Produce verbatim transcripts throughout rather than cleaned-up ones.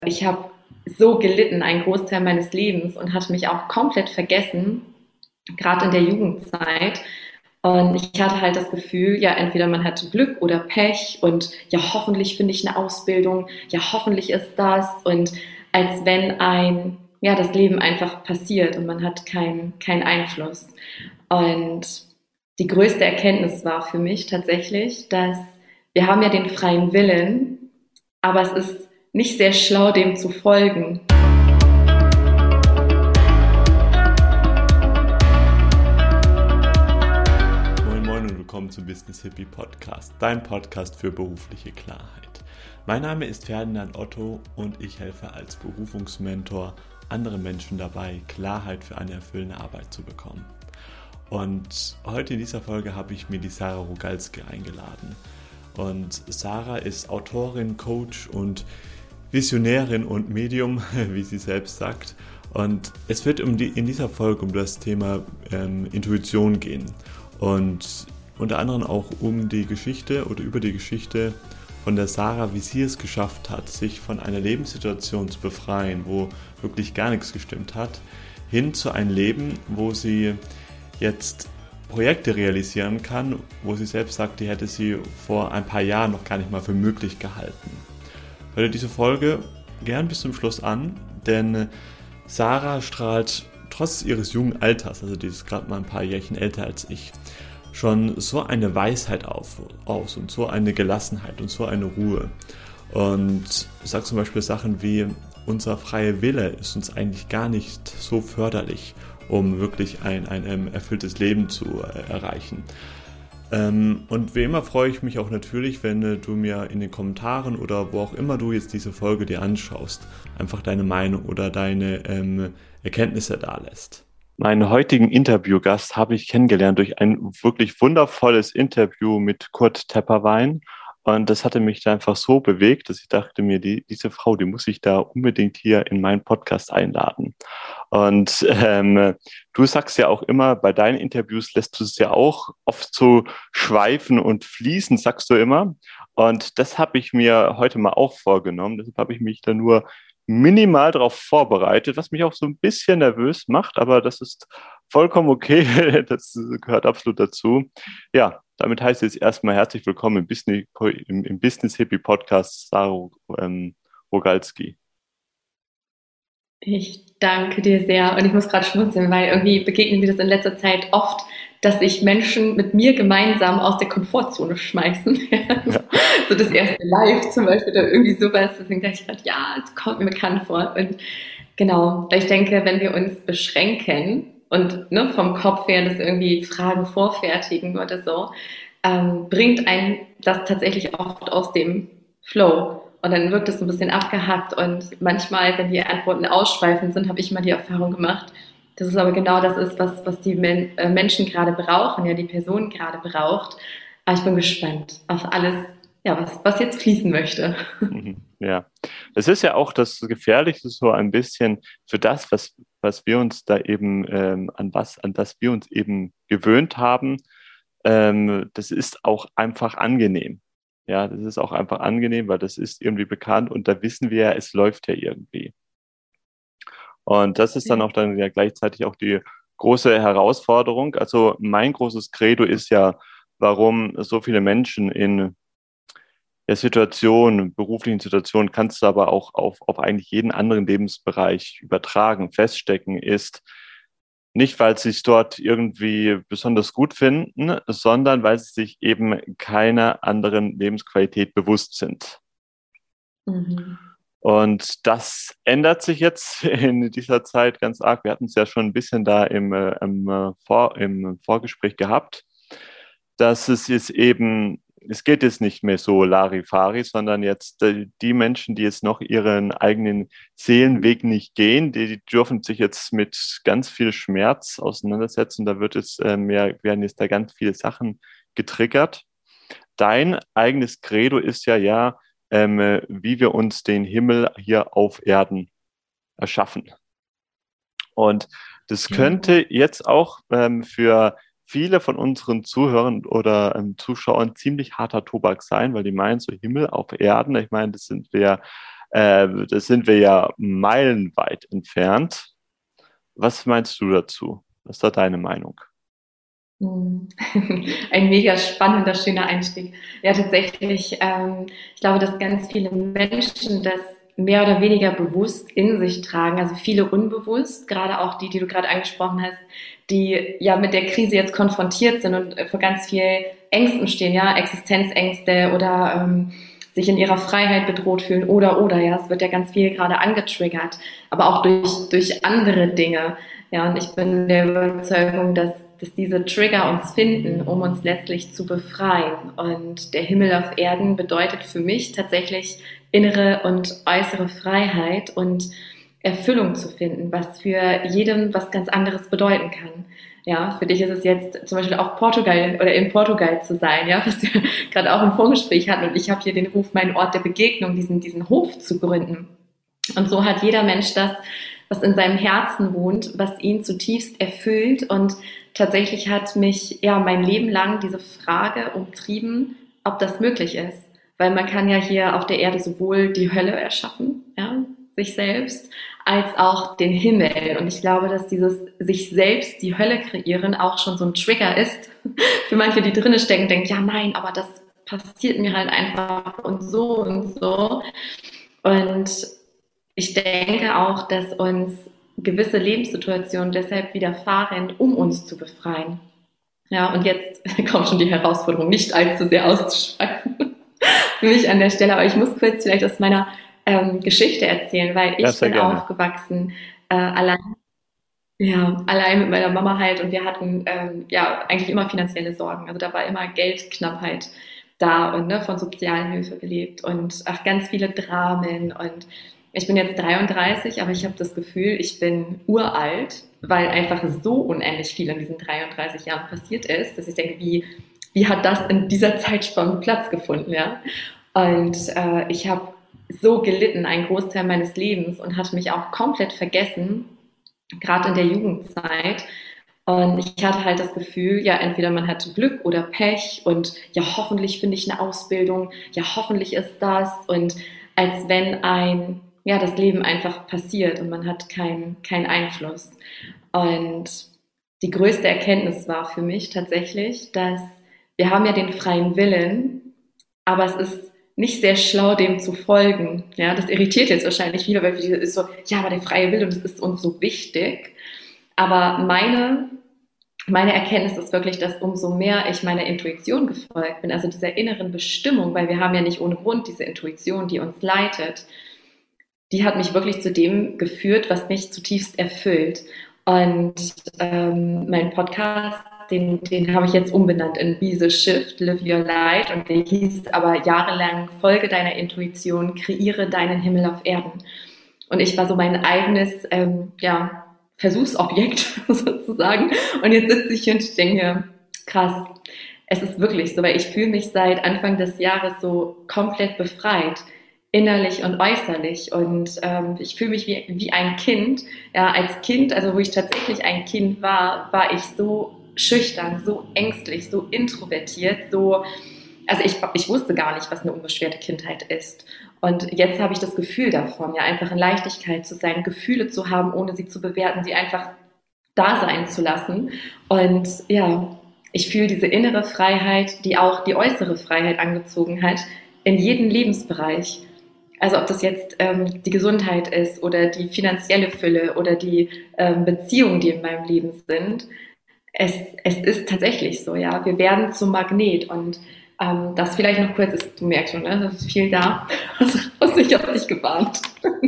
Ich habe so gelitten, einen Großteil meines Lebens und hatte mich auch komplett vergessen, gerade in der Jugendzeit. Und ich hatte halt das Gefühl, ja, entweder man hatte Glück oder Pech und ja, hoffentlich finde ich eine Ausbildung, ja, hoffentlich ist das und als wenn ein, ja, das Leben einfach passiert und man hat keinen keinen Einfluss. Und die größte Erkenntnis war für mich tatsächlich, dass wir haben ja den freien Willen, aber es ist nicht sehr schlau, dem zu folgen. Moin Moin und willkommen zum Business Hippie Podcast, dein Podcast für berufliche Klarheit. Mein Name ist Ferdinand Otto und ich helfe als Berufungsmentor anderen Menschen dabei, Klarheit für eine erfüllende Arbeit zu bekommen. Und heute in dieser Folge habe ich mir die Sarah Rogalski eingeladen. Und Sarah ist Autorin, Coach und Visionärin und Medium, wie sie selbst sagt. Und es wird um die, in dieser Folge um das Thema ähm, Intuition gehen. Und unter anderem auch um die Geschichte oder über die Geschichte von der Sarah, wie sie es geschafft hat, sich von einer Lebenssituation zu befreien, wo wirklich gar nichts gestimmt hat, hin zu einem Leben, wo sie jetzt Projekte realisieren kann, wo sie selbst sagt, die hätte sie vor ein paar Jahren noch gar nicht mal für möglich gehalten. Hör dir diese Folge gern bis zum Schluss an, denn Sarah strahlt trotz ihres jungen Alters, also die ist gerade mal ein paar Jährchen älter als ich, schon so eine Weisheit auf, aus und so eine Gelassenheit und so eine Ruhe. Und sagt zum Beispiel Sachen wie, unser freier Wille ist uns eigentlich gar nicht so förderlich, um wirklich ein, ein erfülltes Leben zu äh, erreichen. Ähm, und wie immer freue ich mich auch natürlich, wenn äh, du mir in den Kommentaren oder wo auch immer du jetzt diese Folge dir anschaust, einfach deine Meinung oder deine ähm, Erkenntnisse dalässt. Meinen heutigen Interviewgast habe ich kennengelernt durch ein wirklich wundervolles Interview mit Kurt Tepperwein. Und das hatte mich da einfach so bewegt, dass ich dachte mir, die, diese Frau, die muss ich da unbedingt hier in meinen Podcast einladen. Und ähm, du sagst ja auch immer, bei deinen Interviews lässt du es ja auch oft so schweifen und fließen, sagst du immer. Und das habe ich mir heute mal auch vorgenommen. Deshalb habe ich mich da nur minimal darauf vorbereitet, was mich auch so ein bisschen nervös macht, aber das ist vollkommen okay. Das gehört absolut dazu. Ja, damit heißt jetzt erstmal herzlich willkommen im Business, im, im Business Hippie Podcast, Sarah ähm, Rogalski. Ich danke dir sehr und ich muss gerade schmunzeln, weil irgendwie begegnet mir das in letzter Zeit oft, dass sich Menschen mit mir gemeinsam aus der Komfortzone schmeißen. Ja. So das erste Live zum Beispiel oder irgendwie sowas. Deswegen dachte ich gerade, ja, es kommt mir bekannt vor. Und genau, weil ich denke, wenn wir uns beschränken und ne, vom Kopf her das irgendwie Fragen vorfertigen oder so, ähm, bringt einen das tatsächlich oft aus dem Flow. Und dann wirkt es so ein bisschen abgehackt und manchmal, wenn die Antworten ausschweifend sind, habe ich mal die Erfahrung gemacht, dass es aber genau das ist, was, was die Men äh, Menschen gerade brauchen, ja, die Person gerade braucht. Aber ich bin gespannt auf alles, ja, was, was jetzt fließen möchte. Mhm. Ja, es ist ja auch das Gefährliche so ein bisschen für das, was, was wir uns da eben, ähm, an was, an das wir uns eben gewöhnt haben. Ähm, das ist auch einfach angenehm. Ja, das ist auch einfach angenehm, weil das ist irgendwie bekannt und da wissen wir ja, es läuft ja irgendwie. Und das ist dann Ja. auch dann ja gleichzeitig auch die große Herausforderung. Also mein großes Credo ist ja, warum so viele Menschen in der Situation, beruflichen Situation, kannst du aber auch auf, auf eigentlich jeden anderen Lebensbereich übertragen, feststecken, ist nicht, weil sie sich dort irgendwie besonders gut finden, sondern weil sie sich eben keiner anderen Lebensqualität bewusst sind. Mhm. Und das ändert sich jetzt in dieser Zeit ganz arg. Wir hatten es ja schon ein bisschen da im, äh, im, äh, Vor, im Vorgespräch gehabt, dass es jetzt eben, es geht jetzt nicht mehr so Larifari, sondern jetzt äh, die Menschen, die jetzt noch ihren eigenen Seelenweg nicht gehen, die, die dürfen sich jetzt mit ganz viel Schmerz auseinandersetzen. Da wird es äh, mehr, werden jetzt da ganz viele Sachen getriggert. Dein eigenes Credo ist ja, ja, ähm, äh, wie wir uns den Himmel hier auf Erden erschaffen. Und das Genau. könnte jetzt auch ähm, für viele von unseren Zuhörern oder ähm, Zuschauern ziemlich harter Tobak sein, weil die meinen, so Himmel auf Erden, ich meine, das sind wir Äh, da sind wir ja meilenweit entfernt. Was meinst du dazu? Was ist da deine Meinung? Ein mega spannender, schöner Einstieg. Ja, tatsächlich, ähm, ich glaube, dass ganz viele Menschen das mehr oder weniger bewusst in sich tragen, also viele unbewusst, gerade auch die, die du gerade angesprochen hast, die ja mit der Krise jetzt konfrontiert sind und vor ganz viel Ängsten stehen, ja, Existenzängste oder ähm, sich in ihrer Freiheit bedroht fühlen oder, oder, ja, es wird ja ganz viel gerade angetriggert, aber auch durch, durch andere Dinge. Ja, und ich bin der Überzeugung, dass, dass diese Trigger uns finden, um uns letztlich zu befreien. Und der Himmel auf Erden bedeutet für mich tatsächlich innere und äußere Freiheit und Erfüllung zu finden, was für jedem was ganz anderes bedeuten kann. Ja, für dich ist es jetzt zum Beispiel auch Portugal oder in Portugal zu sein, ja, was wir gerade auch im Vorgespräch hatten. Und ich habe hier den Ruf, meinen Ort der Begegnung, diesen, diesen Hof zu gründen. Und so hat jeder Mensch das, was in seinem Herzen wohnt, was ihn zutiefst erfüllt. Und tatsächlich hat mich ja mein Leben lang diese Frage umtrieben, ob das möglich ist. Weil man kann ja hier auf der Erde sowohl die Hölle erschaffen, ja, sich selbst, als auch den Himmel. Und ich glaube, dass dieses sich selbst die Hölle kreieren auch schon so ein Trigger ist für manche, die drinnen stecken, denken, ja nein, aber das passiert mir halt einfach und so und so. Und ich denke auch, dass uns gewisse Lebenssituationen deshalb widerfahren, um uns zu befreien. Ja, und jetzt kommt schon die Herausforderung, nicht allzu sehr auszuschweifen für mich an der Stelle. Aber ich muss kurz vielleicht aus meiner ähm, Geschichte erzählen, weil ich Ja, bin gerne. aufgewachsen äh, allein, ja, allein mit meiner Mama halt und wir hatten ähm, ja eigentlich immer finanzielle Sorgen. Also da war immer Geldknappheit da und ne, von Sozialhilfe gelebt und ach, ganz viele Dramen und ich bin jetzt dreiunddreißig, aber ich habe das Gefühl, ich bin uralt, weil einfach so unendlich viel in diesen dreiunddreißig Jahren passiert ist, dass ich denke, wie, wie hat das in dieser Zeitspanne Platz gefunden, ja? Und äh, ich habe so gelitten, einen Großteil meines Lebens und hatte mich auch komplett vergessen, gerade in der Jugendzeit. Und ich hatte halt das Gefühl, ja, entweder man hat Glück oder Pech und ja, hoffentlich finde ich eine Ausbildung, ja, hoffentlich ist das und als wenn ein, ja, das Leben einfach passiert und man hat keinen keinen Einfluss. Und die größte Erkenntnis war für mich tatsächlich, dass wir haben ja den freien Willen, aber es ist nicht sehr schlau, dem zu folgen. Ja, das irritiert jetzt wahrscheinlich viele, weil es ist so, ja, aber der freie Wille und das ist uns so wichtig. Aber meine, meine Erkenntnis ist wirklich, dass umso mehr ich meiner Intuition gefolgt bin, also dieser inneren Bestimmung, weil wir haben ja nicht ohne Grund diese Intuition, die uns leitet, die hat mich wirklich zu dem geführt, was mich zutiefst erfüllt. Und ähm, mein Podcast, den, den habe ich jetzt umbenannt in Be the Shift, Live Your Light. Und der hieß aber jahrelang Folge deiner Intuition, kreiere deinen Himmel auf Erden. Und ich war so mein eigenes ähm, ja, Versuchsobjekt sozusagen. Und jetzt sitze ich hier und denke, krass, es ist wirklich so, weil ich fühle mich seit Anfang des Jahres so komplett befreit, innerlich und äußerlich. Und ähm, ich fühle mich wie, wie ein Kind. Ja, als Kind, also wo ich tatsächlich ein Kind war, war ich so schüchtern, so ängstlich, so introvertiert, so, also ich, ich wusste gar nicht, was eine unbeschwerte Kindheit ist. Und jetzt habe ich das Gefühl davon, ja, einfach in Leichtigkeit zu sein, Gefühle zu haben, ohne sie zu bewerten, sie einfach da sein zu lassen. Und ja, ich fühle diese innere Freiheit, die auch die äußere Freiheit angezogen hat, in jedem Lebensbereich. Also ob das jetzt ähm, die Gesundheit ist oder die finanzielle Fülle oder die ähm, Beziehungen, die in meinem Leben sind. Es, es ist tatsächlich so, ja. Wir werden zum Magnet und ähm, das vielleicht noch kurz ist, du merkst schon, ne? Das ist viel da. Also ich habe dich gewarnt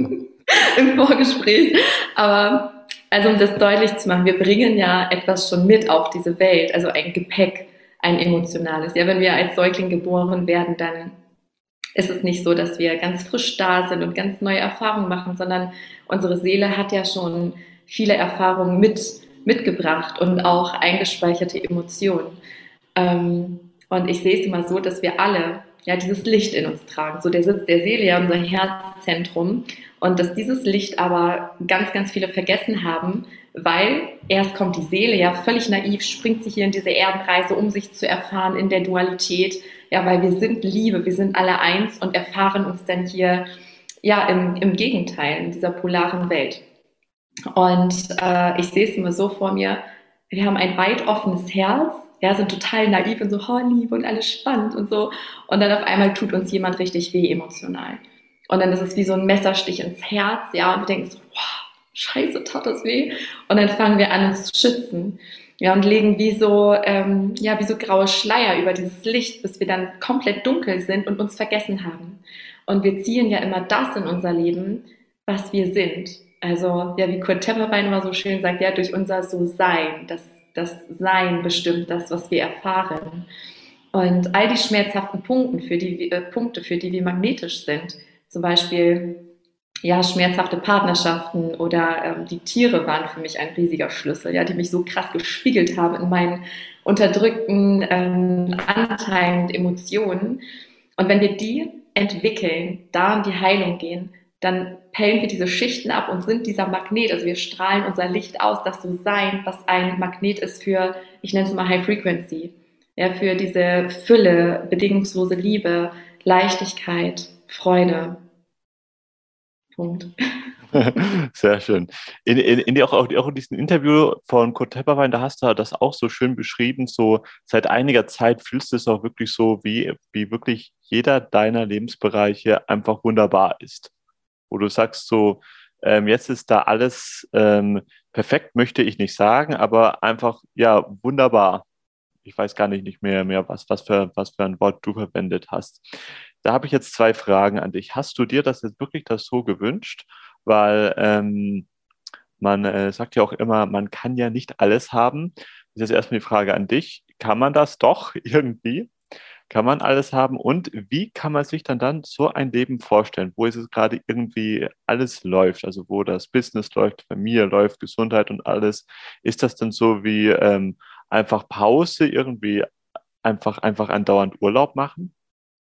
im Vorgespräch. Aber also um das deutlich zu machen, wir bringen ja etwas schon mit auf diese Welt, also ein Gepäck, ein emotionales. Ja, wenn wir als Säugling geboren werden, dann ist es nicht so, dass wir ganz frisch da sind und ganz neue Erfahrungen machen, sondern unsere Seele hat ja schon viele Erfahrungen mit, mitgebracht und auch eingespeicherte Emotionen. Ähm, und ich sehe es immer so, dass wir alle ja dieses Licht in uns tragen. So der Sitz der Seele, ja unser Herzzentrum. Und dass dieses Licht aber ganz, ganz viele vergessen haben, weil erst kommt die Seele, ja völlig naiv, springt sie hier in diese Erdenreise, um sich zu erfahren in der Dualität. Ja, weil wir sind Liebe, wir sind alle eins und erfahren uns dann hier ja, im, im Gegenteil, in dieser polaren Welt. Und äh, ich sehe es immer so vor mir, wir haben ein weit offenes Herz, ja, sind total naiv und so, oh, Liebe und alles spannend und so. Und dann auf einmal tut uns jemand richtig weh emotional. Und dann ist es wie so ein Messerstich ins Herz, ja, und wir denken so, wow, scheiße, tat das weh. Und dann fangen wir an, uns zu schützen. Ja, und legen wie so, ähm, ja, wie so graue Schleier über dieses Licht, bis wir dann komplett dunkel sind und uns vergessen haben. Und wir ziehen ja immer das in unser Leben, was wir sind. Also, ja, wie Kurt Tepperwein immer so schön sagt, ja, durch unser So-Sein, das, das Sein bestimmt das, was wir erfahren. Und all die schmerzhaften Punkte, für die, äh, Punkte, für die wir magnetisch sind, zum Beispiel ja, schmerzhafte Partnerschaften oder ähm, die Tiere waren für mich ein riesiger Schlüssel, ja, die mich so krass gespiegelt haben in meinen unterdrückten ähm, Anteilen und Emotionen. Und wenn wir die entwickeln, da in die Heilung gehen, dann pellen wir diese Schichten ab und sind dieser Magnet. Also wir strahlen unser Licht aus, das So-Sein, was ein Magnet ist für, ich nenne es mal High Frequency, ja, für diese Fülle, bedingungslose Liebe, Leichtigkeit, Freude. Punkt. Sehr schön. In, in, in auch, auch in diesem Interview von Kurt Tepperwein, da hast du das auch so schön beschrieben, so seit einiger Zeit fühlst du es auch wirklich so, wie, wie wirklich jeder deiner Lebensbereiche einfach wunderbar ist. Wo du sagst so, ähm, jetzt ist da alles ähm, perfekt, möchte ich nicht sagen, aber einfach, ja, wunderbar. Ich weiß gar nicht, nicht mehr, mehr was, was, für, was für ein Wort du verwendet hast. Da habe ich jetzt zwei Fragen an dich. Hast du dir das jetzt wirklich das so gewünscht? Weil ähm, man äh, sagt ja auch immer, man kann ja nicht alles haben. Das ist jetzt erstmal die Frage an dich. Kann man das doch irgendwie? Kann man alles haben? Und wie kann man sich dann dann so ein Leben vorstellen, wo es gerade irgendwie alles läuft, also wo das Business läuft, Familie läuft, Gesundheit und alles? Ist das dann so wie ähm, einfach Pause, irgendwie einfach, einfach andauernd Urlaub machen?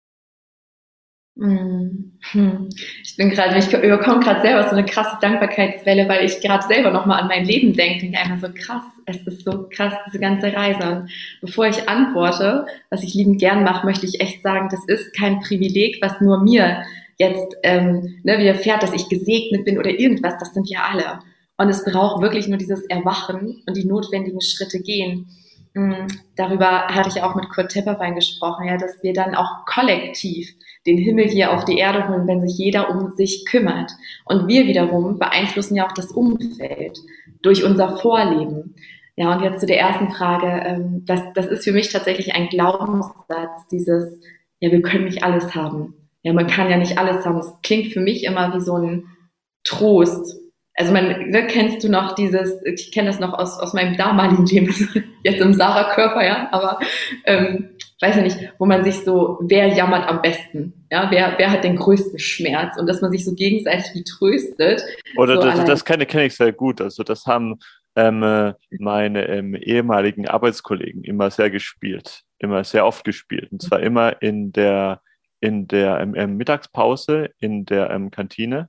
Mhm. Hm. Ich bin gerade, ich überkomme gerade selber so eine krasse Dankbarkeitswelle, weil ich gerade selber nochmal an mein Leben denke und einfach so krass, es ist so krass, diese ganze Reise. Und bevor ich antworte, was ich liebend gern mache, möchte ich echt sagen, das ist kein Privileg, was nur mir jetzt ähm, ne, widerfährt, dass ich gesegnet bin oder irgendwas, das sind ja alle. Und es braucht wirklich nur dieses Erwachen und die notwendigen Schritte gehen. Mm, Darüber hatte ich auch mit Kurt Tepperwein gesprochen, ja, dass wir dann auch kollektiv den Himmel hier auf die Erde holen, wenn sich jeder um sich kümmert. Und wir wiederum beeinflussen ja auch das Umfeld durch unser Vorleben. Ja, und jetzt zu der ersten Frage. Ähm, das, das ist für mich tatsächlich ein Glaubenssatz, dieses, ja, wir können nicht alles haben. Ja, man kann ja nicht alles haben. Es klingt für mich immer wie so ein Trost. Also man, ne, kennst du noch dieses, ich kenne das noch aus, aus meinem damaligen Leben, jetzt im Sarah-Körper, ja, aber ähm, weiß ja nicht, wo man sich so, wer jammert am besten, ja, wer, wer hat den größten Schmerz und dass man sich so gegenseitig wie tröstet. Oder So das, allein. das kenne, kenne ich sehr gut. Also das haben ähm, äh, meine ähm, ehemaligen Arbeitskollegen immer sehr gespielt, immer sehr oft gespielt. Und zwar immer in der, in der ähm, ähm, Mittagspause in der ähm, Kantine.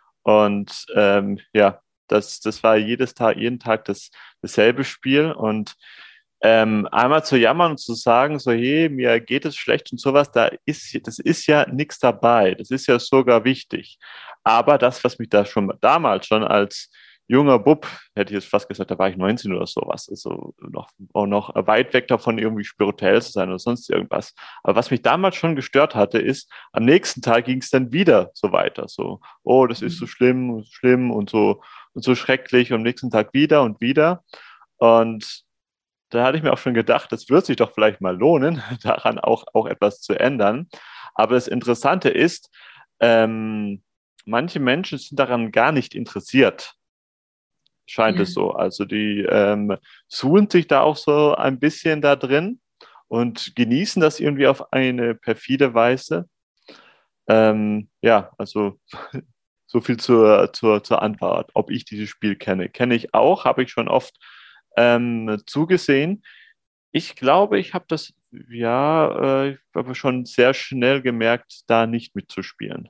Und ähm, ja, das, das war jedes Tag, jeden Tag das, dasselbe Spiel. Und ähm, einmal zu jammern und zu sagen, so, hey, mir geht es schlecht und sowas, da ist, das ist ja nichts dabei. Das ist ja sogar wichtig. Aber das, was mich da schon damals schon als junger Bub, hätte ich jetzt fast gesagt, da war ich neunzehn oder sowas, also noch, auch noch weit weg davon, irgendwie spirituell zu sein oder sonst irgendwas. Aber was mich damals schon gestört hatte, ist, am nächsten Tag ging es dann wieder so weiter. So, oh, das ist so schlimm, schlimm und so und so schrecklich und am nächsten Tag wieder und wieder. Und da hatte ich mir auch schon gedacht, das wird sich doch vielleicht mal lohnen, daran auch, auch etwas zu ändern. Aber das Interessante ist, ähm, manche Menschen sind daran gar nicht interessiert, scheint Ja. es so. Also die ähm, suhlen sich da auch so ein bisschen da drin und genießen das irgendwie auf eine perfide Weise. Ähm, ja, also so viel zur, zur, zur Antwort, ob ich dieses Spiel kenne. Kenne ich auch, habe ich schon oft ähm, zugesehen. Ich glaube, ich habe das, ja, äh, ich habe schon sehr schnell gemerkt, da nicht mitzuspielen.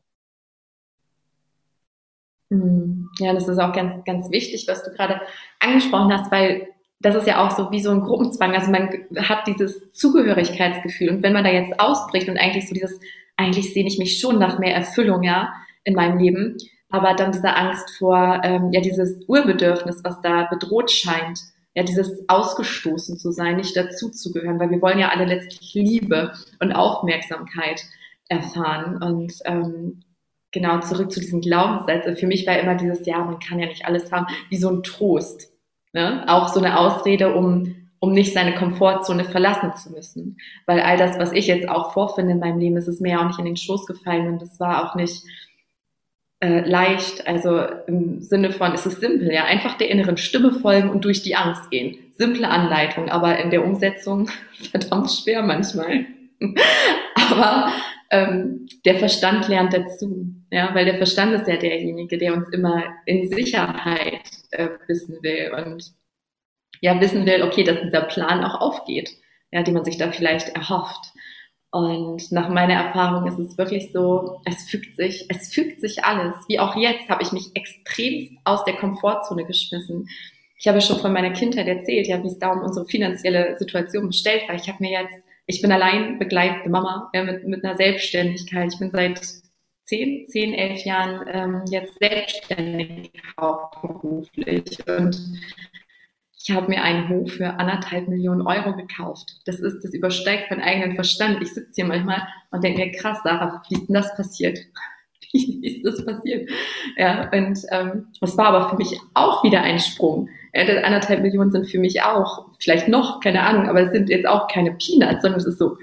Mm, Ja, das ist auch ganz, ganz wichtig, was du gerade angesprochen hast, weil das ist ja auch so wie so ein Gruppenzwang. Also man hat dieses Zugehörigkeitsgefühl und wenn man da jetzt ausbricht und eigentlich so dieses, eigentlich sehne ich mich schon nach mehr Erfüllung, ja, in meinem Leben, aber dann diese Angst vor, ähm, ja, dieses Urbedürfnis, was da bedroht scheint, ja, dieses ausgestoßen zu sein, nicht dazuzugehören, weil wir wollen ja alle letztlich Liebe und Aufmerksamkeit erfahren. Und ähm, genau, zurück zu diesen Glaubenssätzen. Für mich war immer dieses, ja, man kann ja nicht alles haben, wie so ein Trost. Ne? Auch so eine Ausrede, um, um nicht seine Komfortzone verlassen zu müssen. Weil all das, was ich jetzt auch vorfinde in meinem Leben, ist es mir ja auch nicht in den Schoß gefallen und es war auch nicht äh, leicht, also im Sinne von, es ist simpel, ja, einfach der inneren Stimme folgen und durch die Angst gehen. Simple Anleitung, aber in der Umsetzung verdammt schwer manchmal. Aber ähm, der Verstand lernt dazu, ja, weil der Verstand ist ja derjenige, der uns immer in Sicherheit äh, wissen will und ja wissen will, okay, dass dieser Plan auch aufgeht, ja, den man sich da vielleicht erhofft. Und nach meiner Erfahrung ist es wirklich so, es fügt sich, es fügt sich alles. Wie auch jetzt habe ich mich extrem aus der Komfortzone geschmissen. Ich habe schon von meiner Kindheit erzählt, ja, wie es da um unsere finanzielle Situation bestellt war. Ich habe mir jetzt, ich bin allein begleitende Mama, ja, mit, mit einer Selbstständigkeit. Ich bin seit zehn, zehn, elf Jahren ähm, jetzt selbstständig hauptberuflich und ich habe mir einen Hof für anderthalb Millionen Euro gekauft. Das ist, das übersteigt meinen eigenen Verstand. Ich sitze hier manchmal und denke mir, krass, Sarah, wie ist denn das passiert? Wie ist das passiert? Ja, und ähm, das war aber für mich auch wieder ein Sprung. Ja, die anderthalb Millionen sind für mich auch, vielleicht noch, keine Ahnung, aber es sind jetzt auch keine Peanuts, sondern es ist so,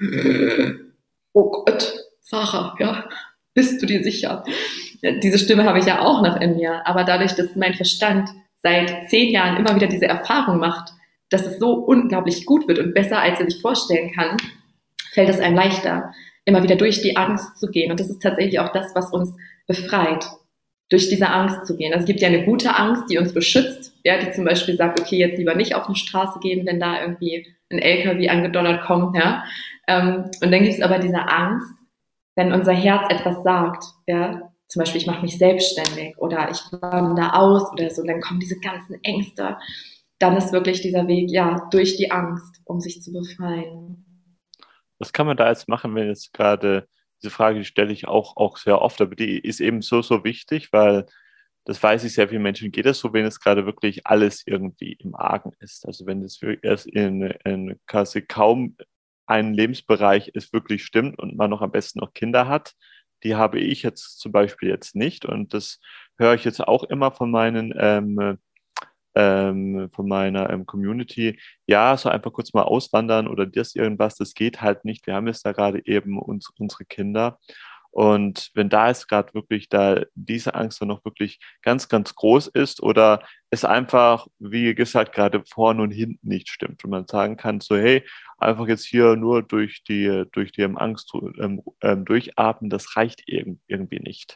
oh Gott, Sarah, ja, bist du dir sicher? Ja, diese Stimme habe ich ja auch noch in mir, aber dadurch, dass mein Verstand seit zehn Jahren immer wieder diese Erfahrung macht, dass es so unglaublich gut wird und besser, als er sich vorstellen kann, fällt es einem leichter, immer wieder durch die Angst zu gehen. Und das ist tatsächlich auch das, was uns befreit, durch diese Angst zu gehen. Also es gibt ja eine gute Angst, die uns beschützt, ja, die zum Beispiel sagt, okay, jetzt lieber nicht auf eine Straße gehen, wenn da irgendwie ein L K W angedonnert kommt. Ja. Und dann gibt es aber diese Angst, wenn unser Herz etwas sagt, ja, zum Beispiel, ich mache mich selbstständig oder ich wandere aus oder so, dann kommen diese ganzen Ängste. Dann ist wirklich dieser Weg, ja, durch die Angst, um sich zu befreien. Was kann man da jetzt machen, wenn jetzt gerade diese Frage, die stelle ich auch, auch sehr oft, aber die ist eben so, so wichtig, weil das weiß ich, sehr vielen Menschen geht es so, wenn es gerade wirklich alles irgendwie im Argen ist. Also wenn es erst in, in quasi kaum einen Lebensbereich es wirklich stimmt und man noch am besten noch Kinder hat, die habe ich jetzt zum Beispiel jetzt nicht und das höre ich jetzt auch immer von meinen ähm, ähm, von meiner ähm, Community. Ja, so einfach kurz mal auswandern oder das irgendwas, das geht halt nicht. Wir haben jetzt da gerade eben uns, unsere Kinder und wenn da jetzt gerade wirklich da diese Angst dann noch wirklich ganz, ganz groß ist oder es einfach, wie gesagt, gerade vorne und hinten nicht stimmt und man sagen kann, so hey, einfach jetzt hier nur durch die, durch die Angst ähm, ähm, durchatmen, das reicht irgendwie nicht.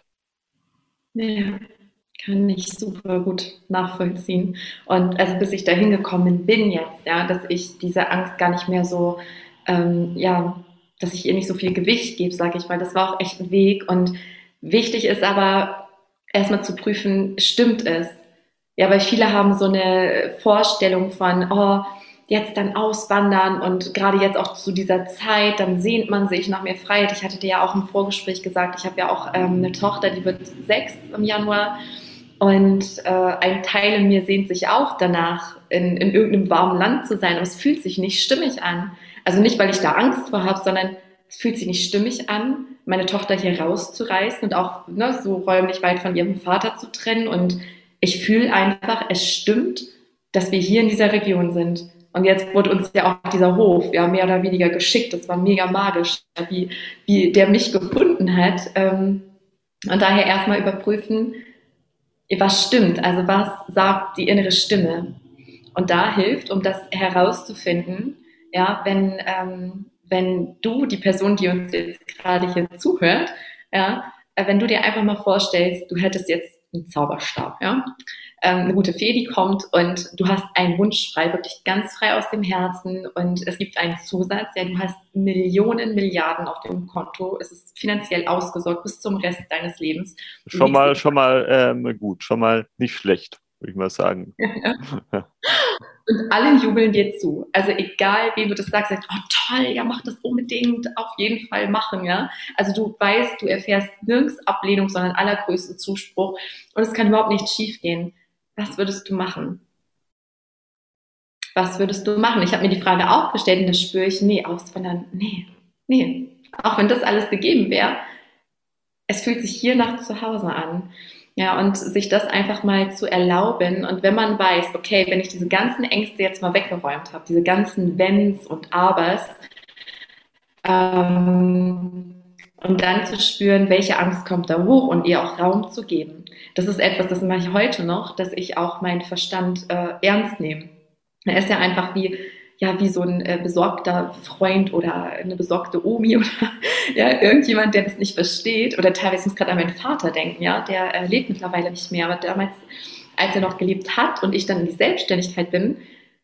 Ja, kann ich super gut nachvollziehen. Und also bis ich dahin gekommen bin jetzt, ja, dass ich diese Angst gar nicht mehr so, ähm, ja, dass ich ihr nicht so viel Gewicht gebe, sage ich mal. Das war auch echt ein Weg. Und wichtig ist aber erstmal zu prüfen, stimmt es? Ja, weil viele haben so eine Vorstellung von, oh, jetzt dann auswandern und gerade jetzt auch zu dieser Zeit, dann sehnt man sich nach mehr Freiheit. Ich hatte dir ja auch im Vorgespräch gesagt, ich habe ja auch ähm, eine Tochter, die wird sechs im Januar und äh, ein Teil in mir sehnt sich auch danach, in, in irgendeinem warmen Land zu sein, aber es fühlt sich nicht stimmig an. Also nicht, weil ich da Angst vor habe, sondern es fühlt sich nicht stimmig an, meine Tochter hier rauszureißen und auch ne, so räumlich weit von ihrem Vater zu trennen und ich fühle einfach, es stimmt, dass wir hier in dieser Region sind. Und jetzt wurde uns ja auch dieser Hof ja mehr oder weniger geschickt. Das war mega magisch, wie, wie der mich gefunden hat. Und daher erstmal überprüfen, was stimmt, also was sagt die innere Stimme. Und da hilft, um das herauszufinden, ja, wenn, ähm, wenn du, die Person, die uns jetzt gerade hier zuhört, ja, wenn du dir einfach mal vorstellst, du hättest jetzt einen Zauberstab, ja, eine gute Fee, die kommt und du hast einen Wunsch frei, wirklich ganz frei aus dem Herzen und es gibt einen Zusatz, ja, du hast Millionen, Milliarden auf dem Konto, es ist finanziell ausgesorgt bis zum Rest deines Lebens. Schon mal, schon mal ähm, gut, schon mal nicht schlecht. würde ich mal sagen. Und alle jubeln dir zu. Also egal, wem du das sagst, sagst, oh toll, ja, mach das unbedingt, auf jeden Fall machen, ja. Also du weißt, du erfährst nirgends Ablehnung, sondern allergrößten Zuspruch. Und es kann überhaupt nicht schief gehen. Was würdest du machen? Was würdest du machen? Ich habe mir die Frage auch gestellt und das spüre ich, nee, auswandern, nee, nee. Auch wenn das alles gegeben wäre, es fühlt sich hier nach zu Hause an. Ja, und sich das einfach mal zu erlauben. Und wenn man weiß, okay, wenn ich diese ganzen Ängste jetzt mal weggeräumt habe, diese ganzen Wenns und Abers, ähm, und dann zu spüren, welche Angst kommt da hoch und ihr auch Raum zu geben. Das ist etwas, das mache ich heute noch, dass ich auch meinen Verstand äh, ernst nehme. Er ist ja einfach wie, ja, wie so ein äh, besorgter Freund oder eine besorgte Omi oder ja, irgendjemand, der das nicht versteht. Oder teilweise muss ich gerade an meinen Vater denken, ja, der äh, lebt mittlerweile nicht mehr, aber damals, als er noch gelebt hat und ich dann in die Selbstständigkeit bin,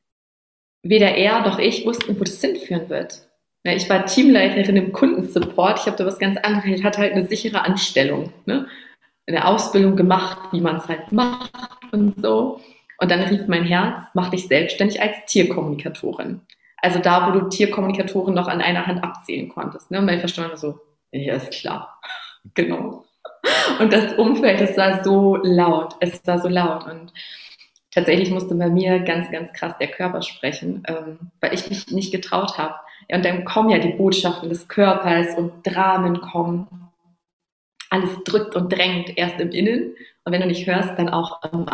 weder er noch ich wussten, wo das hinführen wird. Ja, ich war Teamleiterin im Kundensupport, ich habe da was ganz anderes, ich hatte halt eine sichere Anstellung, ne? Eine Ausbildung gemacht, wie man es halt macht und so. Und dann rief mein Herz, mach dich selbstständig als Tierkommunikatorin. Also da, wo du Tierkommunikatoren noch an einer Hand abzählen konntest. Ne? Und mein Verstand war so, ja, ist klar. Genau. Und das Umfeld, es war so laut. Es war so laut. Und tatsächlich musste bei mir ganz, ganz krass der Körper sprechen, ähm, weil ich mich nicht getraut habe. Ja, und dann kommen ja die Botschaften des Körpers und Dramen kommen. Alles drückt und drängt erst im Innen und wenn du nicht hörst, dann auch im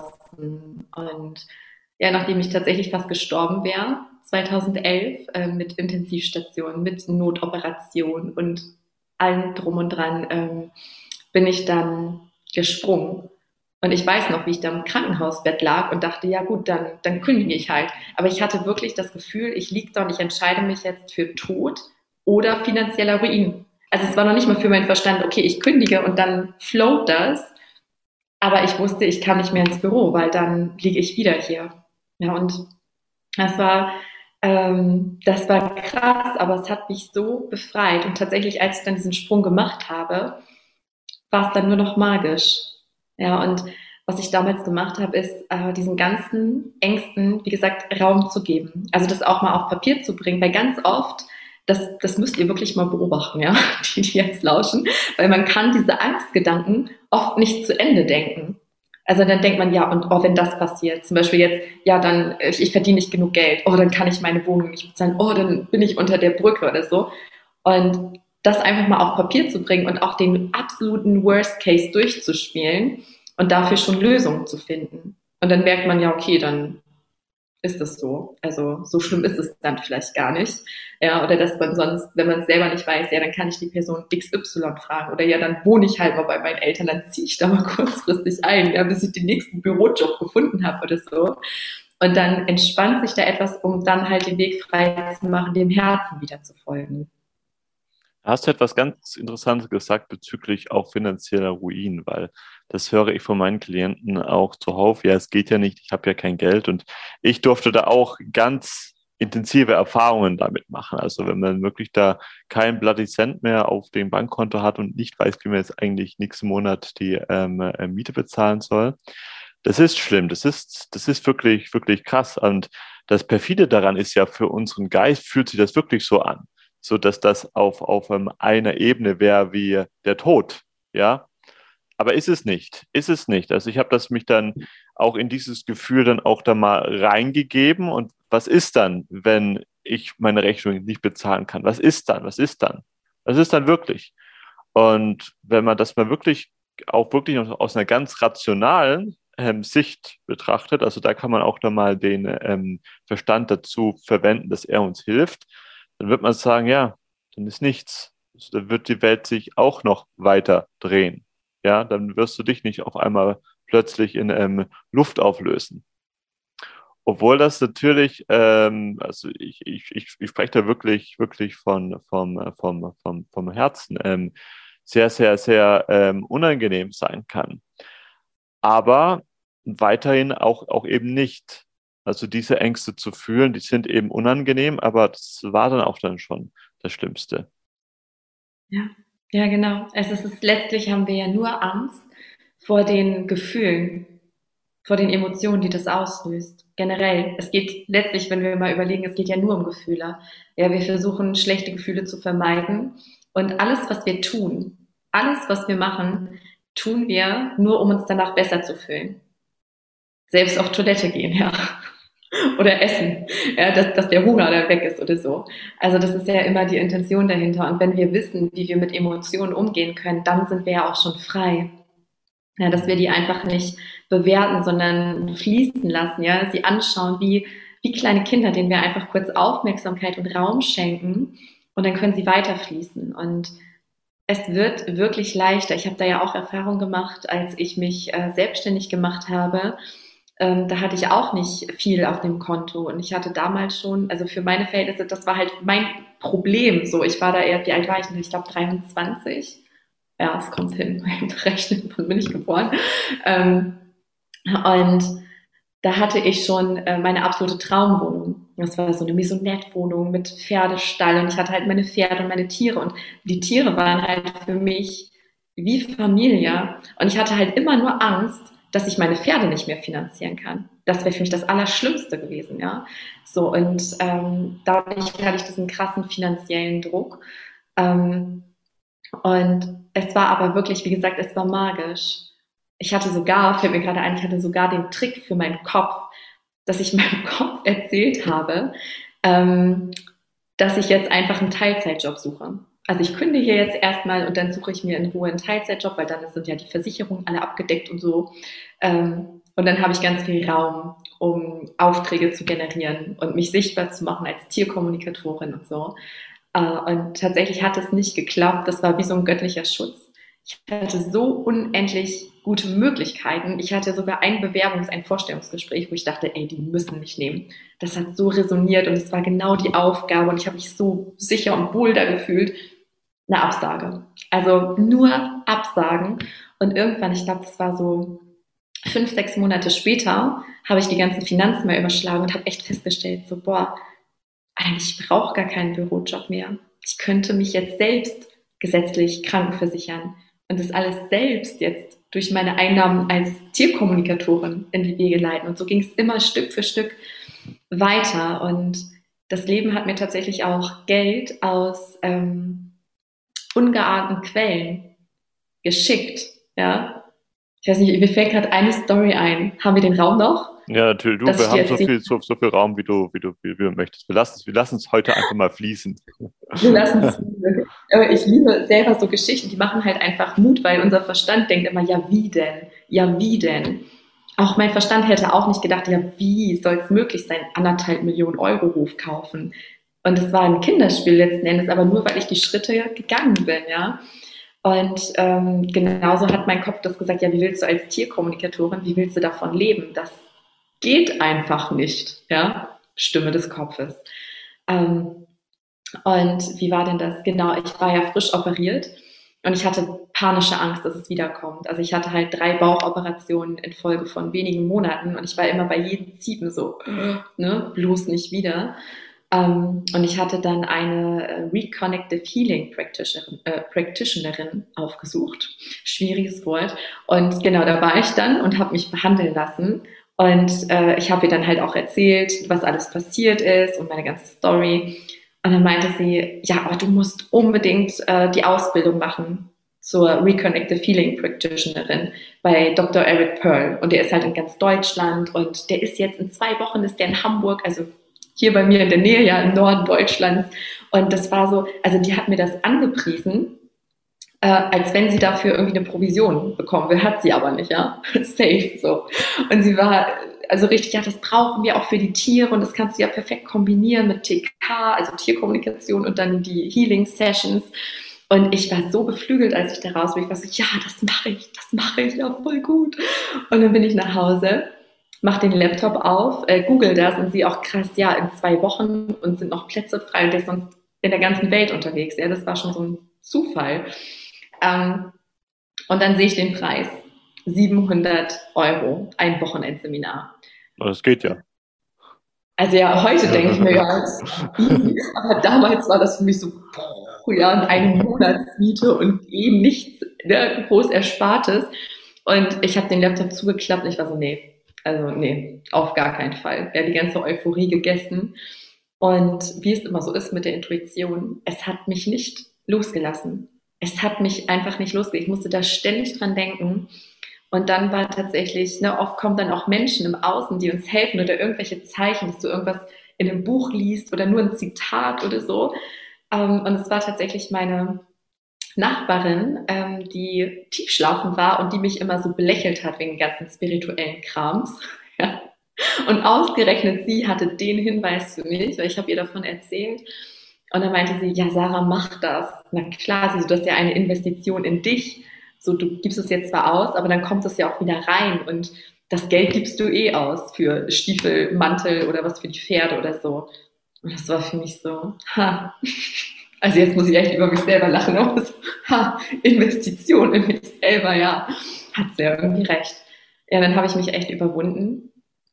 Außen. Und ja, nachdem ich tatsächlich fast gestorben wäre, zweitausendelf, äh, mit Intensivstation, mit Notoperation und allem drum und dran, ähm, bin ich dann gesprungen. Und ich weiß noch, wie ich da im Krankenhausbett lag und dachte, ja gut, dann, dann kündige ich halt. Aber ich hatte wirklich das Gefühl, ich liege da und ich entscheide mich jetzt für Tod oder finanzieller Ruin. Also es war noch nicht mal für meinen Verstand, okay, ich kündige und dann float das. Aber ich wusste, ich kann nicht mehr ins Büro, weil dann liege ich wieder hier. Ja, und das war, ähm, das war krass, aber es hat mich so befreit. Und tatsächlich, als ich dann diesen Sprung gemacht habe, war es dann nur noch magisch. Ja, und was ich damals gemacht habe, ist, äh, diesen ganzen Ängsten, wie gesagt, Raum zu geben. Also das auch mal auf Papier zu bringen, weil ganz oft, das, das müsst ihr wirklich mal beobachten, ja, die, die jetzt lauschen, weil man kann diese Angstgedanken oft nicht zu Ende denken. Also dann denkt man, ja, und oh, wenn das passiert, zum Beispiel jetzt, ja, dann, ich, ich verdiene nicht genug Geld, oh, dann kann ich meine Wohnung nicht bezahlen, oh, dann bin ich unter der Brücke oder so. Und das einfach mal auf Papier zu bringen und auch den absoluten Worst Case durchzuspielen und dafür schon Lösungen zu finden. Und dann merkt man ja, okay, dann ist es so. Also so schlimm ist es dann vielleicht gar nicht. Ja, oder dass man sonst, wenn man es selber nicht weiß, ja, dann kann ich die Person X Y fragen. Oder ja, dann wohne ich halt mal bei meinen Eltern, dann ziehe ich da mal kurzfristig ein, ja, bis ich den nächsten Bürojob gefunden habe oder so. Und dann entspannt sich da etwas, um dann halt den Weg frei zu machen, dem Herzen wieder zu folgen. Da hast du etwas ganz Interessantes gesagt bezüglich auch finanzieller Ruin, weil das höre ich von meinen Klienten auch zuhauf. Ja, es geht ja nicht, ich habe ja kein Geld und ich durfte da auch ganz intensive Erfahrungen damit machen. Also wenn man wirklich da kein Bloody Cent mehr auf dem Bankkonto hat und nicht weiß, wie man jetzt eigentlich nächsten Monat die ähm, äh, Miete bezahlen soll, das ist schlimm. Das ist, das ist wirklich, wirklich krass. Und das Perfide daran ist ja, für unseren Geist fühlt sich das wirklich so an, so dass das auf, auf ähm, einer Ebene wäre wie der Tod, ja. Aber ist es nicht, ist es nicht. Also ich habe das mich dann auch in dieses Gefühl dann auch da mal reingegeben. Und was ist dann, wenn ich meine Rechnung nicht bezahlen kann? Was ist dann? Was ist dann? Was ist dann wirklich? Und wenn man das mal wirklich auch wirklich aus einer ganz rationalen ähm, Sicht betrachtet, also da kann man auch nochmal den ähm, Verstand dazu verwenden, dass er uns hilft, dann wird man sagen, ja, dann ist nichts. Also, dann wird die Welt sich auch noch weiter drehen. Ja, dann wirst du dich nicht auf einmal plötzlich in ähm, Luft auflösen. Obwohl das natürlich, ähm, also ich, ich, ich, ich spreche da wirklich, wirklich von, vom, äh, vom, vom, vom Herzen, ähm, sehr, sehr, sehr ähm, unangenehm sein kann. Aber weiterhin auch, auch eben nicht. Also diese Ängste zu fühlen, die sind eben unangenehm, aber das war dann auch dann schon das Schlimmste. Ja, ja, genau. Also es ist letztlich haben wir ja nur Angst vor den Gefühlen. vor den Emotionen, die das auslöst. Generell. Es geht letztlich, wenn wir mal überlegen, es geht ja nur um Gefühle. Ja, wir versuchen, schlechte Gefühle zu vermeiden. Und alles, was wir tun, alles, was wir machen, tun wir nur, um uns danach besser zu fühlen. Selbst auf Toilette gehen, ja. Oder essen, ja, dass, dass der Hunger da weg ist oder so. Also das ist ja immer die Intention dahinter. Und wenn wir wissen, wie wir mit Emotionen umgehen können, dann sind wir ja auch schon frei. Ja, dass wir die einfach nicht bewerten, sondern fließen lassen, ja, sie anschauen wie, wie kleine Kinder, denen wir einfach kurz Aufmerksamkeit und Raum schenken und dann können sie weiterfließen. Und es wird wirklich leichter. Ich habe da ja auch Erfahrung gemacht, als ich mich äh, selbstständig gemacht habe. Ähm, da hatte ich auch nicht viel auf dem Konto und ich hatte damals schon, also für meine Verhältnisse, das war halt mein Problem. So, ich war da eher, wie alt war ich denn? Ich glaube dreiundzwanzig. Ja, es kommt hin, beim Rechnen, wann bin ich geboren. Ähm, und da hatte ich schon äh, meine absolute Traumwohnung. Das war so eine Maisonette-Wohnung mit Pferdestall und ich hatte halt meine Pferde und meine Tiere und die Tiere waren halt für mich wie Familie und ich hatte halt immer nur Angst, dass ich meine Pferde nicht mehr finanzieren kann. Das wäre für mich das Allerschlimmste gewesen, ja. So, und ähm, dadurch hatte ich diesen krassen finanziellen Druck. Ähm, und es war aber wirklich, wie gesagt, es war magisch. Ich hatte sogar, fällt mir gerade ein, ich hatte sogar den Trick für meinen Kopf, dass ich meinem Kopf erzählt habe, ähm, dass ich jetzt einfach einen Teilzeitjob suche. Also ich kündige jetzt erstmal und dann suche ich mir in Ruhe einen Teilzeitjob, weil dann sind ja die Versicherungen alle abgedeckt und so. Ähm, und dann habe ich ganz viel Raum, um Aufträge zu generieren und mich sichtbar zu machen als Tierkommunikatorin und so. Äh, und tatsächlich hat es nicht geklappt. Das war wie so ein göttlicher Schutz. Ich hatte so unendlich gute Möglichkeiten. Ich hatte sogar ein Bewerbungs-, ein Vorstellungsgespräch, wo ich dachte, ey, die müssen mich nehmen. Das hat so resoniert und es war genau die Aufgabe und ich habe mich so sicher und wohl da gefühlt. Eine Absage. Also nur Absagen. Und irgendwann, ich glaube, das war so fünf, sechs Monate später, habe ich die ganzen Finanzen mal überschlagen und habe echt festgestellt, so, boah, eigentlich brauche ich gar keinen Bürojob mehr. Ich könnte mich jetzt selbst gesetzlich krankenversichern und das alles selbst jetzt durch meine Einnahmen als Tierkommunikatorin in die Wege leiten. Und so ging es immer Stück für Stück weiter. Und das Leben hat mir tatsächlich auch Geld aus ähm, ungeahnten Quellen geschickt. Ja, ich weiß nicht, mir fällt gerade eine Story ein. Haben wir den Raum noch? Ja, natürlich. Du, wir haben so viel, so, so viel Raum, wie du, wie du, wie du möchtest. Wir lassen es, wir lassen es heute einfach mal fließen. Wir lassen es fließen. Aber ich liebe selber so Geschichten, die machen halt einfach Mut, weil unser Verstand denkt immer, ja wie denn? Ja wie denn? Auch mein Verstand hätte auch nicht gedacht, ja wie soll es möglich sein, anderthalb Millionen Euro Hof kaufen? Und es war ein Kinderspiel letzten Endes, aber nur, weil ich die Schritte gegangen bin, ja. Und ähm, genauso hat mein Kopf das gesagt, ja wie willst du als Tierkommunikatorin, wie willst du davon leben? Das geht einfach nicht, ja, Stimme des Kopfes. Ähm, und wie war denn das? Genau, ich war ja frisch operiert und ich hatte panische Angst, dass es wiederkommt. Also ich hatte halt drei Bauchoperationen in Folge von wenigen Monaten und ich war immer bei jedem Ziepen so, ne, bloß nicht wieder. Ähm, und ich hatte dann eine Reconnective Healing Practitionerin, äh, Practitionerin aufgesucht. Schwieriges Wort. Und genau, da war ich dann und habe mich behandeln lassen. Und äh, ich habe ihr dann halt auch erzählt, was alles passiert ist und meine ganze Story. Und dann meinte sie, ja, aber du musst unbedingt äh, die Ausbildung machen zur Reconnective Healing Practitionerin bei Doktor Eric Pearl. Und der ist halt in ganz Deutschland und der ist jetzt in zwei Wochen ist der in Hamburg, also hier bei mir in der Nähe, ja im Norden Deutschlands. Und das war so, also die hat mir das angepriesen, äh, als wenn sie dafür irgendwie eine Provision bekommen will, hat sie aber nicht, ja, safe so. Und sie war also richtig, ja, das brauchen wir auch für die Tiere und das kannst du ja perfekt kombinieren mit T K, also Tierkommunikation und dann die Healing Sessions. Und ich war so beflügelt, als ich da raus bin. Ich war so, ja, das mache ich, das mache ich, ja, voll gut. Und dann bin ich nach Hause, mach den Laptop auf, äh, google das und sehe auch krass, ja, in zwei Wochen und sind noch Plätze frei und der ist sonst in der ganzen Welt unterwegs. Ja, das war schon so ein Zufall. Ähm, und dann sehe ich den Preis. siebenhundert Euro, ein Wochenendseminar. Das geht ja. Also ja, heute denke ich mir, ja, das ist easy, aber damals war das für mich so, boah, ja, eine Monatsmiete und eben nichts, ne, groß Erspartes. Und ich habe den Laptop zugeklappt und ich war so, nee, Also nee, auf gar keinen Fall. Ja, die ganze Euphorie gegessen. Und wie es immer so ist mit der Intuition, es hat mich nicht losgelassen. Es hat mich einfach nicht losgelassen. Ich musste da ständig dran denken. Und dann war tatsächlich, ne, oft kommen dann auch Menschen im Außen, die uns helfen oder irgendwelche Zeichen, dass du irgendwas in einem Buch liest oder nur ein Zitat oder so. Ähm, und es war tatsächlich meine Nachbarin, ähm, die tiefschlafend war und die mich immer so belächelt hat wegen ganzen spirituellen Krams. Ja. Und ausgerechnet sie hatte den Hinweis für mich, weil ich habe ihr davon erzählt. Und dann meinte sie, ja, Sarah, mach das. Na klar, sie, du hast ja eine Investition in dich. So, du gibst es jetzt zwar aus, aber dann kommt es ja auch wieder rein. Und das Geld gibst du eh aus für Stiefel, Mantel oder was für die Pferde oder so. Und das war für mich so, ha. Also jetzt muss ich echt über mich selber lachen. Aber so, ha, Investition in mich selber, ja. Hat sie ja irgendwie recht. Ja, dann habe ich mich echt überwunden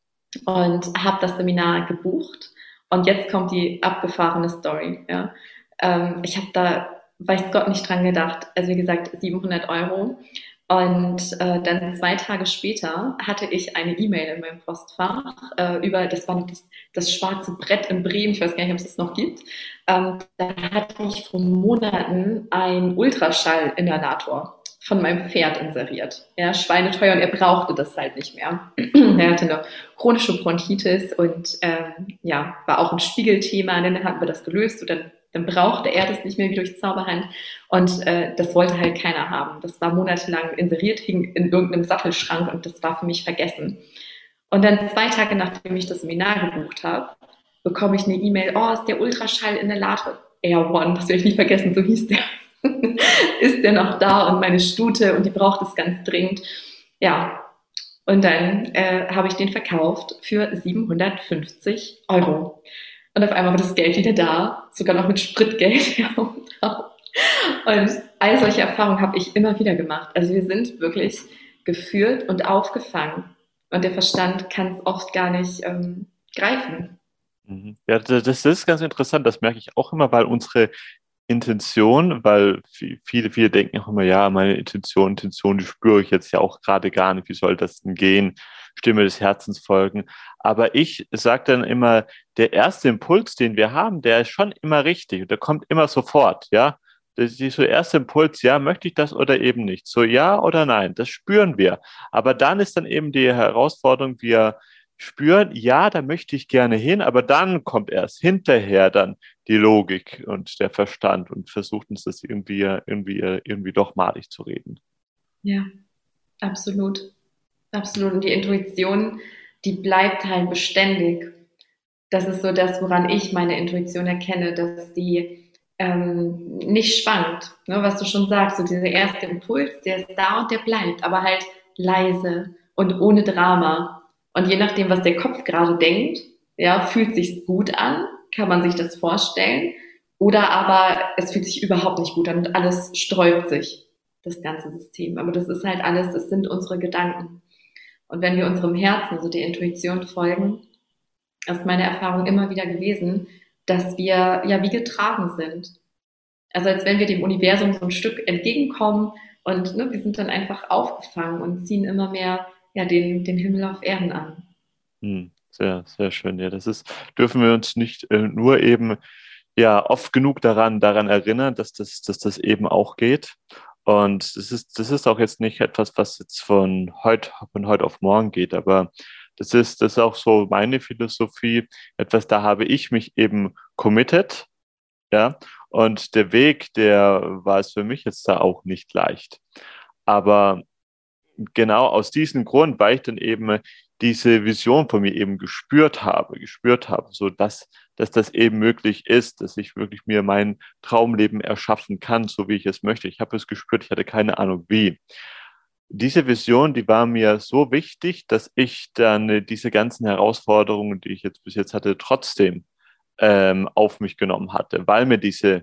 und habe das Seminar gebucht. Und jetzt kommt die abgefahrene Story. Ja. Ähm, ich habe da, weiß Gott, nicht dran gedacht. Also wie gesagt, siebenhundert Euro. Und äh, dann zwei Tage später hatte ich eine E-Mail in meinem Postfach äh, über, das war das, das schwarze Brett in Bremen, ich weiß gar nicht, ob es das noch gibt. Ähm, da hatte ich vor Monaten einen Ultraschallinhalator von meinem Pferd inseriert. Ja, schweineteuer, und er brauchte das halt nicht mehr. Er hatte eine chronische Bronchitis und ähm, ja, war auch ein Spiegelthema. Dann hatten wir das gelöst und dann, dann brauchte er das nicht mehr wie durch Zauberhand. Und äh, das wollte halt keiner haben. Das war monatelang inseriert, hing in irgendeinem Sattelschrank und das war für mich vergessen. Und dann zwei Tage nachdem ich das Seminar gebucht habe, bekomme ich eine E-Mail, oh, ist der Ultraschall-Inhalator Air One, das werde ich nicht vergessen, so hieß der. Ist der noch da und meine Stute und die braucht es ganz dringend. Ja, und dann äh, habe ich den verkauft für siebenhundertfünfzig Euro. Und auf einmal war das Geld wieder da, sogar noch mit Spritgeld. Und all solche Erfahrungen habe ich immer wieder gemacht. Also wir sind wirklich geführt und aufgefangen. Und der Verstand kann es oft gar nicht ähm, greifen. Mhm. Ja, das, das ist ganz interessant. Das merke ich auch immer, weil unsere Intention, weil vi- viele, viele denken auch immer, ja, meine Intention, Intention, die spüre ich jetzt ja auch gerade gar nicht. Wie soll das denn gehen? Stimme des Herzens folgen. Aber ich sage dann immer, der erste Impuls, den wir haben, der ist schon immer richtig und der kommt immer sofort, ja. Das ist so der erste Impuls, ja, möchte ich das oder eben nicht? So ja oder nein, das spüren wir. Aber dann ist dann eben die Herausforderung, wir spüren, ja, da möchte ich gerne hin, aber dann kommt erst hinterher dann die Logik und der Verstand und versucht uns das irgendwie, irgendwie, irgendwie doch malig zu reden. Ja, absolut. Absolut. Und die Intuition, die bleibt halt beständig. Das ist so das, woran ich meine Intuition erkenne, dass die ähm, nicht schwankt. Ne? Was du schon sagst, so dieser erste Impuls, der ist da und der bleibt, aber halt leise und ohne Drama. Und je nachdem, was der Kopf gerade denkt, ja, fühlt sich's gut an, kann man sich das vorstellen, oder aber es fühlt sich überhaupt nicht gut an und alles sträubt sich, das ganze System. Aber das ist halt alles, es sind unsere Gedanken. Und wenn wir unserem Herzen, so der Intuition folgen, ist meine Erfahrung immer wieder gewesen, dass wir ja wie getragen sind. Also als wenn wir dem Universum so ein Stück entgegenkommen und ne, wir sind dann einfach aufgefangen und ziehen immer mehr ja, den, den Himmel auf Erden an. Hm, sehr, sehr schön. Ja, das ist, dürfen wir uns nicht äh, nur eben ja oft genug daran, daran erinnern, dass das, dass das eben auch geht. Und das ist, das ist auch jetzt nicht etwas, was jetzt von heute, von heute auf morgen geht, aber das ist, das ist auch so meine Philosophie. Etwas, da habe ich mich eben committed, ja. Und der Weg, der war es für mich jetzt da auch nicht leicht. Aber genau aus diesem Grund, weil ich dann eben diese Vision von mir eben gespürt habe, gespürt habe, so dass, dass das eben möglich ist, dass ich wirklich mir mein Traumleben erschaffen kann, so wie ich es möchte. Ich habe es gespürt, ich hatte keine Ahnung wie. Diese Vision, die war mir so wichtig, dass ich dann äh, diese ganzen Herausforderungen, die ich jetzt bis jetzt hatte, trotzdem ähm, auf mich genommen hatte, weil mir diese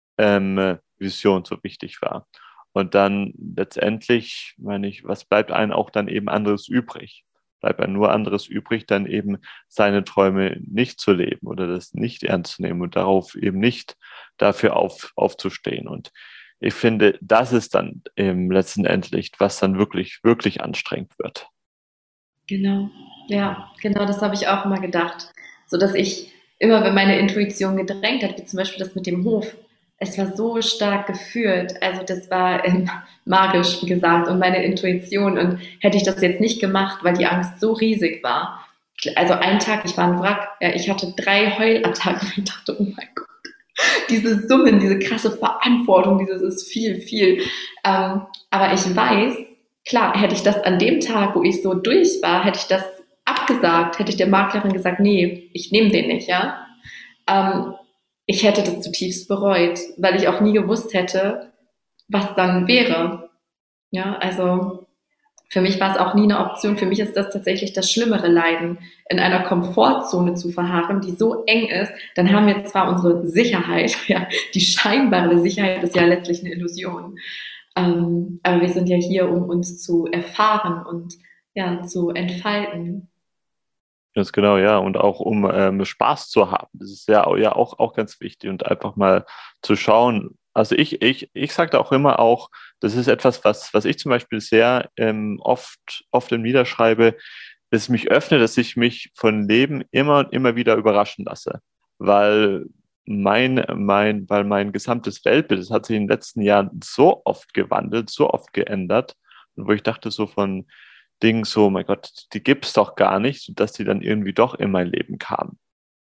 ähm, Vision so wichtig war. Und dann letztendlich, meine ich, was bleibt einem auch dann eben anderes übrig? Bleibt einem nur anderes übrig, dann eben seine Träume nicht zu leben oder das nicht ernst zu nehmen und darauf eben nicht dafür auf, aufzustehen. Und ich finde, das ist dann eben letztendlich, was dann wirklich, wirklich anstrengend wird. Genau. Ja, genau, das habe ich auch immer gedacht. So dass ich immer, wenn meine Intuition gedrängt hat, wie zum Beispiel das mit dem Hof, es war so stark geführt. Also das war ähm, magisch, wie gesagt, und meine Intuition. Und hätte ich das jetzt nicht gemacht, weil die Angst so riesig war. Also einen Tag, ich war ein Wrack, ja, ich hatte drei Heulattacken. Ich dachte, oh mein Gott, diese Summen, diese krasse Verantwortung, dieses ist viel, viel. Ähm, aber ich weiß, klar, hätte ich das an dem Tag, wo ich so durch war, hätte ich das abgesagt, hätte ich der Maklerin gesagt, nee, ich nehme den nicht, ja. Ähm, Ich hätte das zutiefst bereut, weil ich auch nie gewusst hätte, was dann wäre. Ja, also für mich war es auch nie eine Option. Für mich ist das tatsächlich das schlimmere Leiden, in einer Komfortzone zu verharren, die so eng ist. Dann haben wir zwar unsere Sicherheit, ja, die scheinbare Sicherheit ist ja letztlich eine Illusion. Ähm, aber wir sind ja hier, um uns zu erfahren und ja, zu entfalten. Ganz genau, ja. Und auch um ähm, Spaß zu haben. Das ist ja, au- ja auch, auch ganz wichtig und einfach mal zu schauen. Also ich, ich, ich sage da auch immer auch, das ist etwas, was, was ich zum Beispiel sehr ähm, oft, oft niederschreibe, dass ich mich öffne, dass ich mich von Leben immer und immer wieder überraschen lasse. Weil mein, mein, weil mein gesamtes Weltbild, das hat sich in den letzten Jahren so oft gewandelt, so oft geändert. Und wo ich dachte so von, Ding so, mein Gott, die gibt's doch gar nicht, sodass die dann irgendwie doch in mein Leben kamen.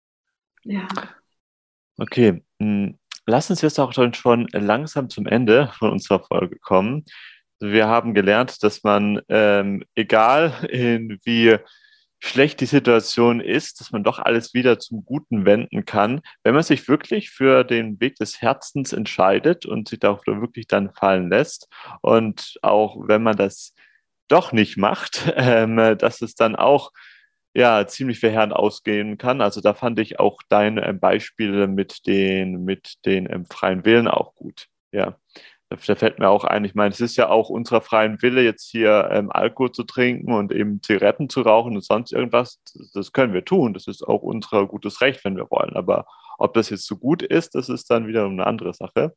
Ja, Okay, mh, lass uns jetzt auch schon, schon langsam zum Ende von unserer Folge kommen. Wir haben gelernt, dass man, ähm, egal in wie schlecht die Situation ist, dass man doch alles wieder zum Guten wenden kann, wenn man sich wirklich für den Weg des Herzens entscheidet und sich darauf wirklich dann fallen lässt. Und auch wenn man das doch nicht macht, ähm, dass es dann auch ja ziemlich verheerend ausgehen kann. Also da fand ich auch dein ähm, Beispiel mit den, mit den ähm, freien Willen auch gut. Ja. Da, da fällt mir auch ein, ich meine, es ist ja auch unserer freien Wille, jetzt hier ähm, Alkohol zu trinken und eben Zigaretten zu rauchen und sonst irgendwas. Das, das können wir tun. Das ist auch unser gutes Recht, wenn wir wollen. Aber ob das jetzt so gut ist, das ist dann wieder eine andere Sache.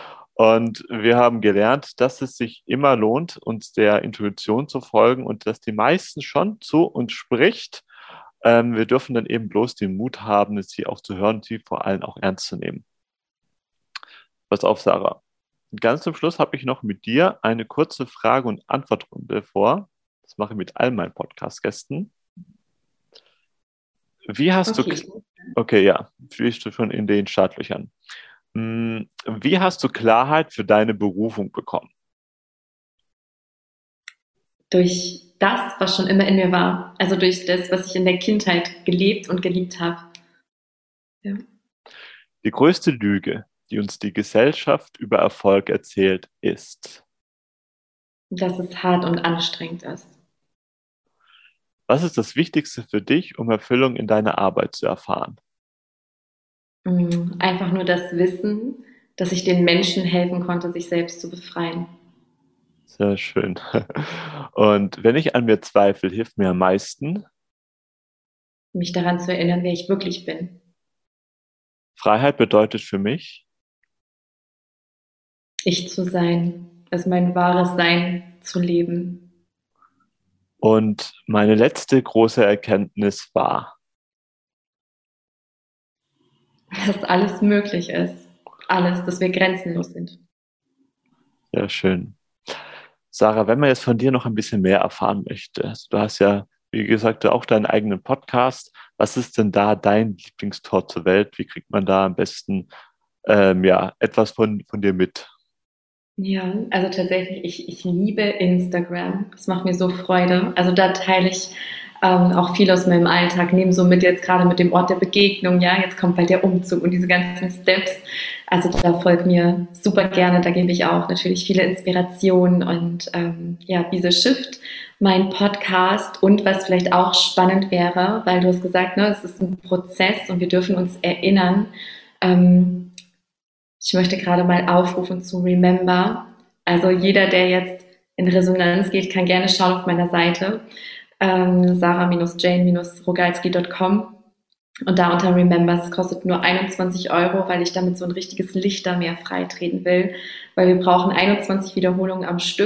Und wir haben gelernt, dass es sich immer lohnt, uns der Intuition zu folgen und dass die meisten schon zu uns spricht. Ähm, wir dürfen dann eben bloß den Mut haben, sie auch zu hören, sie vor allem auch ernst zu nehmen. Pass auf, Sarah. Ganz zum Schluss habe ich noch mit dir eine kurze Frage- und Antwortrunde vor. Das mache ich mit all meinen Podcast-Gästen. Wie hast du, okay. okay, ja, bist du schon in den Startlöchern. Hm, Wie hast du Klarheit für deine Berufung bekommen? Durch das, was schon immer in mir war. Also durch das, was ich in der Kindheit gelebt und geliebt habe. Ja. Die größte Lüge, die uns die Gesellschaft über Erfolg erzählt, ist: Dass es hart und anstrengend ist. Was ist das Wichtigste für dich, um Erfüllung in deiner Arbeit zu erfahren? Mm, einfach nur das Wissen, dass ich den Menschen helfen konnte, sich selbst zu befreien. Sehr schön. Und wenn ich an mir zweifle, hilft mir am meisten: Mich daran zu erinnern, wer ich wirklich bin. Freiheit bedeutet für mich. Ich zu sein, also mein wahres Sein zu leben. Und meine letzte große Erkenntnis war: Dass alles möglich ist. Alles, dass wir grenzenlos sind. Sehr schön. Sarah, wenn man jetzt von dir noch ein bisschen mehr erfahren möchte, also du hast ja, wie gesagt, auch deinen eigenen Podcast. Was ist denn da dein Lieblingstor zur Welt? Wie kriegt man da am besten ähm, ja, etwas von, von dir mit? Ja, also tatsächlich, ich, ich liebe Instagram. Das macht mir so Freude. Also da teile ich ähm, auch viel aus meinem Alltag, nehme so mit jetzt gerade mit dem Ort der Begegnung, ja, jetzt kommt bald der Umzug und diese ganzen Steps. Also da folgt mir super gerne, da gebe ich auch natürlich viele Inspirationen und ähm, ja, diese Shift, mein Podcast und was vielleicht auch spannend wäre, weil du hast gesagt, ne, es ist ein Prozess und wir dürfen uns erinnern, ähm, ich möchte gerade mal aufrufen zu Remember. Also jeder, der jetzt in Resonanz geht, kann gerne schauen auf meiner Seite ähm, sarah-jane-rogalski punkt com und da unter Remember. Es kostet nur einundzwanzig Euro, weil ich damit so ein richtiges Lichtermeer freitreten will, weil wir brauchen einundzwanzig Wiederholungen am Stück,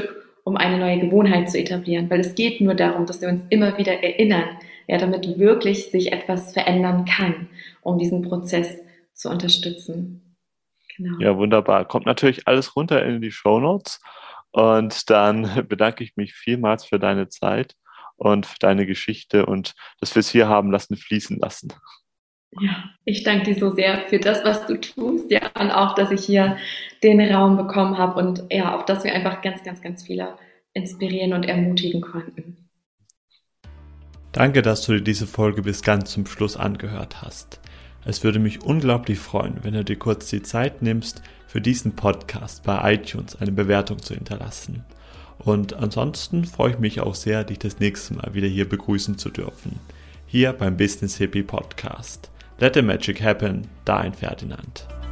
um eine neue Gewohnheit zu etablieren. Weil es geht nur darum, dass wir uns immer wieder erinnern, ja, damit wirklich sich etwas verändern kann, um diesen Prozess zu unterstützen. Genau. Ja, wunderbar. Kommt natürlich alles runter in die Shownotes. Und dann bedanke ich mich vielmals für deine Zeit und für deine Geschichte und dass wir es hier haben lassen, fließen lassen. Ja, ich danke dir so sehr für das, was du tust, ja, und auch, dass ich hier den Raum bekommen habe und ja, auch, dass wir einfach ganz, ganz, ganz viele inspirieren und ermutigen konnten. Danke, dass du dir diese Folge bis ganz zum Schluss angehört hast. Es würde mich unglaublich freuen, wenn du dir kurz die Zeit nimmst, für diesen Podcast bei iTunes eine Bewertung zu hinterlassen. Und ansonsten freue ich mich auch sehr, dich das nächste Mal wieder hier begrüßen zu dürfen. Hier beim Business Hippie Podcast. Let the Magic Happen, dein Ferdinand.